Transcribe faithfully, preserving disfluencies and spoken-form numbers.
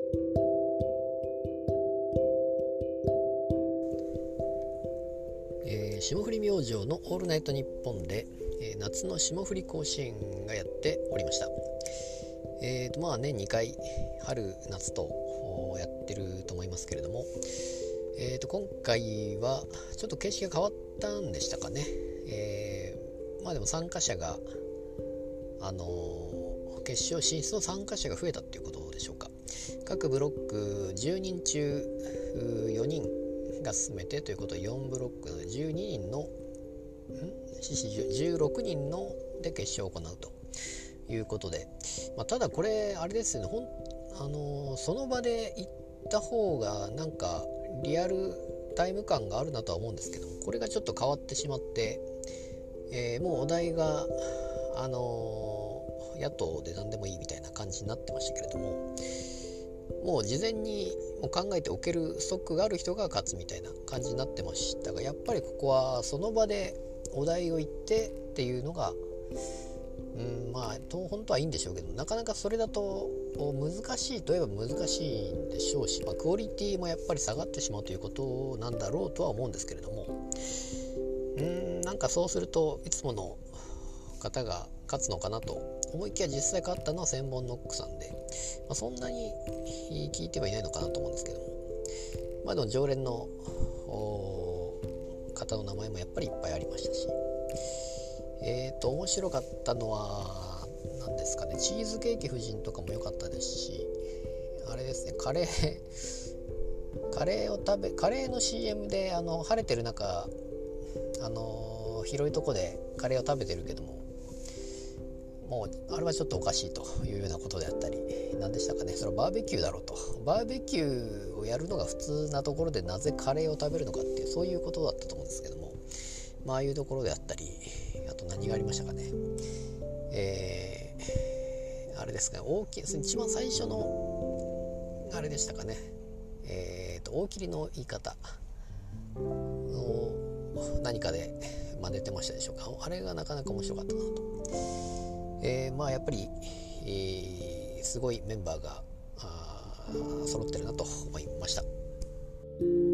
えー、霜降り明星のオールナイトニッポンで、えー、夏の霜降り甲子園がやっておりました。えーとまあ年にかい春夏とやってると思いますけれども、えーと今回はちょっと形式が変わったんでしたかね。えー、まあでも参加者があのー、決勝進出の参加者が増えたっていうことでしょうか。各ブロックじゅうにん中よにんが進めてということで、よんブロックのじゅうににんのんじゅうろくにんので決勝を行うということで、まあ、ただこれあれですよね、ほん、あのー、その場で行った方がなんかリアルタイム感があるなとは思うんですけども、これがちょっと変わってしまって、えー、もうお題があのー、野党で何でもいいみたいな感じになってましたけれども、もう事前にもう考えておけるストックがある人が勝つみたいな感じになってましたが、やっぱりここはその場でお題を言ってっていうのがうんまあと本当はいいんでしょうけど、なかなかそれだと難しいといえば難しいんでしょうし、まあ、クオリティもやっぱり下がってしまうということなんだろうとは思うんですけれども、うーんなんかそうするといつもの方が勝つのかなと思いきや、実際勝ったのは千本ノックさんで、まあ、そんなに聞いてはいないのかなと思うんですけども、まあでも常連の方の名前もやっぱりいっぱいありましたし、えーと面白かったのは何ですかね、チーズケーキ夫人とかも良かったですし、あれですね、カレーカレーを食べカレーの シーエム であの晴れてる中、あの広いとこでカレーを食べてるけども、もうあれはちょっとおかしいというようなことであったり、何でしたかね、それはバーベキューだろうと、バーベキューをやるのが普通なところでなぜカレーを食べるのかっていう、そういうことだったと思うんですけども、まあああいうところであったり、あと何がありましたかね、えー、あれですね、大きい一番最初のあれでしたかね、えーと大喜利の言い方の何かで真似てましたでしょうか。あれがなかなか面白かったなと。えー、まあやっぱり、えー、すごいメンバーが揃ってるなと思いました。